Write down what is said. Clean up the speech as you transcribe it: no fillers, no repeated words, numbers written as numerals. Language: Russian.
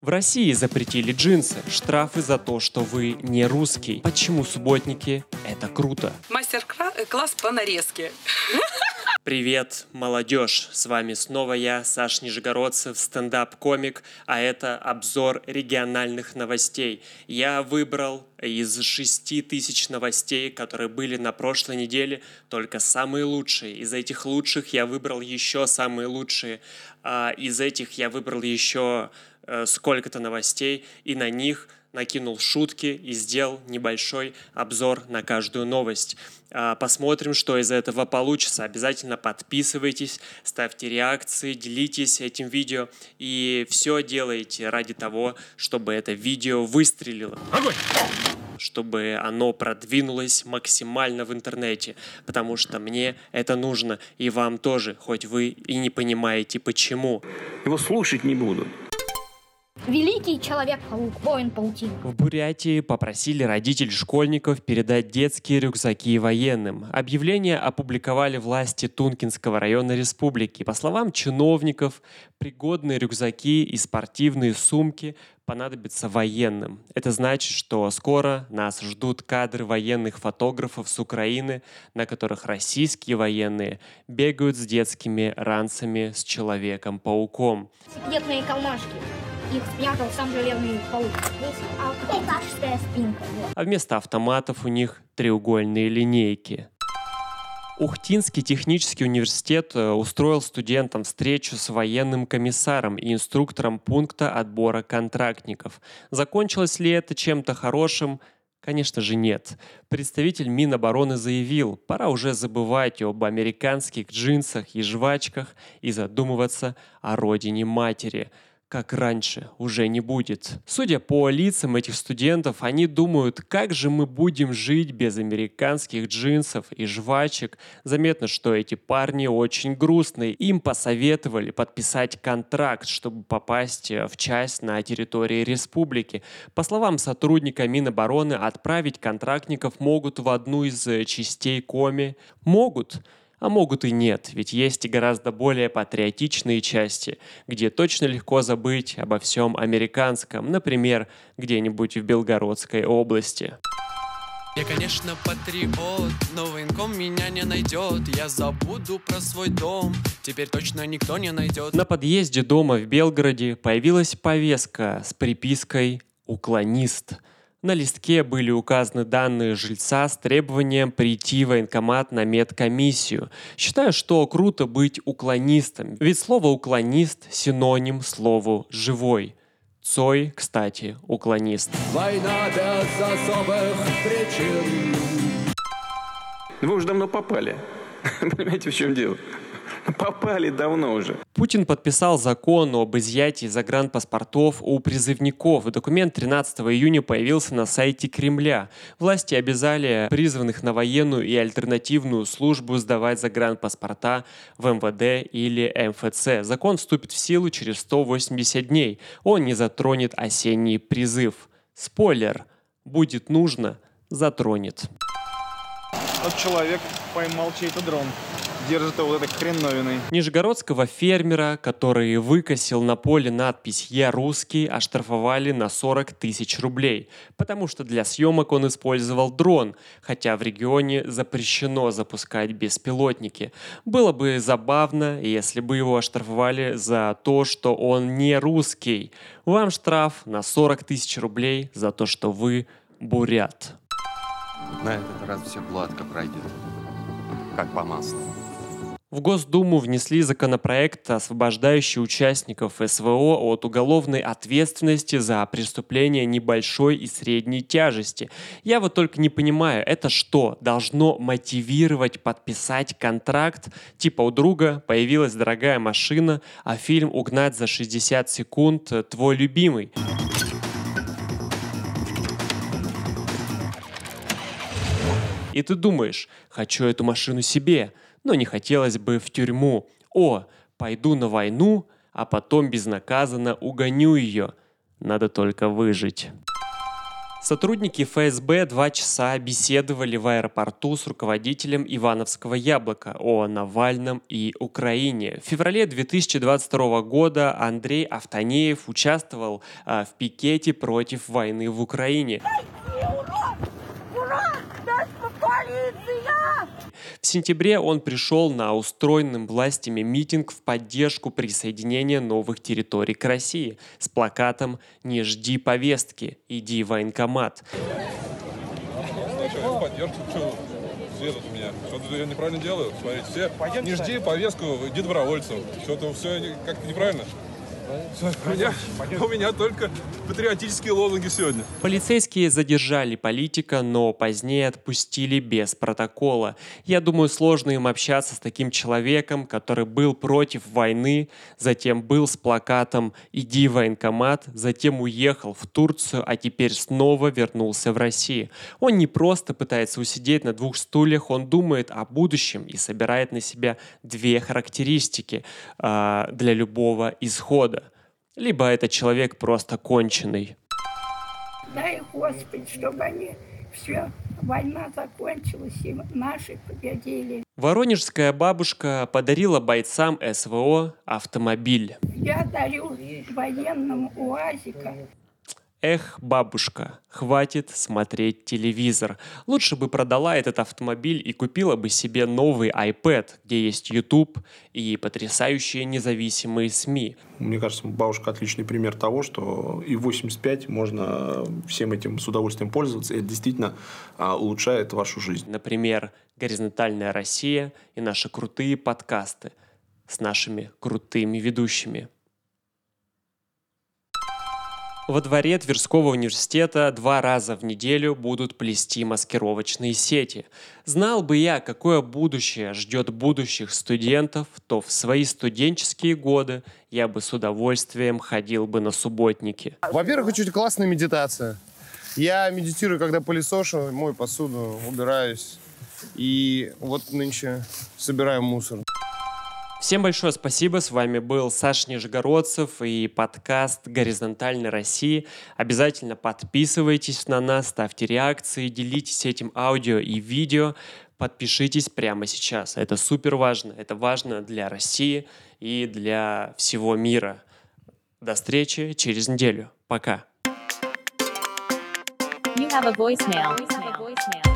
В России запретили джинсы, штрафы за то, что вы не русский. Почему субботники – это круто? Мастер-класс по нарезке. Привет, молодежь! С вами снова я, Саш Нижегородцев, стендап-комик, а это обзор региональных новостей. Я выбрал из 6000 новостей, которые были на прошлой неделе, только самые лучшие. Из этих лучших я выбрал еще самые лучшие. Из этих я выбрал еще сколько-то новостей, и на них накинул шутки и сделал небольшой обзор на каждую новость. Посмотрим, что из этого получится. Обязательно подписывайтесь, ставьте реакции, делитесь этим видео. И все делайте ради того, чтобы это видео выстрелило. Огонь! Чтобы оно продвинулось максимально в интернете. Потому что мне это нужно, и вам тоже, хоть вы и не понимаете почему. Его слушать не будут. Великий Человек-паук, воин паутины. В Бурятии попросили родителей школьников передать детские рюкзаки военным. Объявление опубликовали власти Тункинского района республики. По словам чиновников, пригодные рюкзаки и спортивные сумки понадобятся военным. Это значит, что скоро нас ждут кадры военных фотографов с Украины, на которых российские военные бегают с детскими ранцами с Человеком-пауком. Секретные кармашки. Их спрятал сам Железный паук. Здесь алкоголическая спинка. А вместо автоматов у них треугольные линейки. Ухтинский технический университет устроил студентам встречу с военным комиссаром и инструктором пункта отбора контрактников. Закончилось ли это чем-то хорошим? Конечно же нет. Представитель Минобороны заявил, пора уже забывать об американских джинсах и жвачках и задумываться о родине матери. Как раньше, уже не будет. Судя по лицам этих студентов, они думают, как же мы будем жить без американских джинсов и жвачек. Заметно, что эти парни очень грустные. Им посоветовали подписать контракт, чтобы попасть в часть на территории республики. По словам сотрудника Минобороны, отправить контрактников могут в одну из частей Коми. Могут. А могут и нет, ведь есть и гораздо более патриотичные части, где точно легко забыть обо всем американском, например, где-нибудь в Белгородской области. Я, конечно, патриот, но военком меня не найдет. Я забуду про свой дом, теперь точно никто не найдет. На подъезде дома в Белгороде появилась повестка с припиской «Уклонист». На листке были указаны данные жильца с требованием прийти в военкомат на медкомиссию. Считаю, что круто быть уклонистом, ведь слово «уклонист» синоним слову «живой». Цой, кстати, уклонист. Война без особых причин. Вы уже давно попали. Понимаете, в чем дело? Попали давно уже. Путин подписал закон об изъятии загранпаспортов у призывников. Документ 13 июня появился на сайте Кремля. Власти обязали призванных на военную и альтернативную службу сдавать загранпаспорта в МВД или МФЦ. Закон вступит в силу через 180 дней. Он не затронет осенний призыв. Спойлер. Будет нужно, затронет. Вот человек поймал чей-то дрон. Держит его вот этой хреновиной. Нижегородского фермера, который выкосил на поле надпись «Я русский», оштрафовали на 40 000 рублей, потому что для съемок он использовал дрон, хотя в регионе запрещено запускать беспилотники. Было бы забавно, если бы его оштрафовали за то, что он не русский. Вам штраф на 40 000 рублей за то, что вы бурят. На этот раз все гладко пройдет, как по маслу. В Госдуму внесли законопроект, освобождающий участников СВО от уголовной ответственности за преступления небольшой и средней тяжести. Я вот только не понимаю, это что, должно мотивировать подписать контракт? Типа у друга появилась дорогая машина, а фильм «Угнать за 60 секунд» твой любимый. И ты думаешь, хочу эту машину себе, но не хотелось бы в тюрьму. О, пойду на войну, а потом безнаказанно угоню ее. Надо только выжить. Сотрудники ФСБ 2 часа беседовали в аэропорту с руководителем Ивановского яблока о Навальном и Украине. В феврале 2022 года Андрей Автонеев участвовал в пикете против войны в Украине. В сентябре он пришел на устроенным властями митинг в поддержку присоединения новых территорий к России с плакатом «Не жди повестки, иди в военкомат». Что-то я неправильно делаю. Смотрите, все не жди повестку, иди добровольцем. Что-то все как-то неправильно. У меня только патриотические лозунги сегодня. Полицейские задержали политика, но позднее отпустили без протокола. Я думаю, сложно им общаться с таким человеком, который был против войны, затем был с плакатом «Иди в военкомат», затем уехал в Турцию, а теперь снова вернулся в Россию. Он не просто пытается усидеть на двух стульях, он думает о будущем и собирает на себя две характеристики для любого исхода. Либо этот человек просто конченый. Дай, Господи, чтобы они все, война закончилась, и наши победили. Воронежская бабушка подарила бойцам СВО автомобиль. Я дарю военному УАЗика. Эх, бабушка, хватит смотреть телевизор. Лучше бы продала этот автомобиль и купила бы себе новый iPad, где есть YouTube и потрясающие независимые СМИ. Мне кажется, бабушка отличный пример того, что и в 85 можно всем этим с удовольствием пользоваться, и это действительно улучшает вашу жизнь. Например, «Горизонтальная Россия» и наши крутые подкасты с нашими крутыми ведущими. Во дворе Тверского университета 2 раза в неделю будут плести маскировочные сети. Знал бы я, какое будущее ждет будущих студентов, то в свои студенческие годы я бы с удовольствием ходил бы на субботники. Во-первых, очень классная медитация. Я медитирую, когда пылесошу, мою посуду, убираюсь. И вот нынче собираю мусор. Всем большое спасибо. С вами был Саша Нижегородцев и подкаст «Горизонтальной России». Обязательно подписывайтесь на нас, ставьте реакции, делитесь этим аудио и видео. Подпишитесь прямо сейчас. Это супер важно. Это важно для России и для всего мира. До встречи через неделю. Пока. You have a voicemail.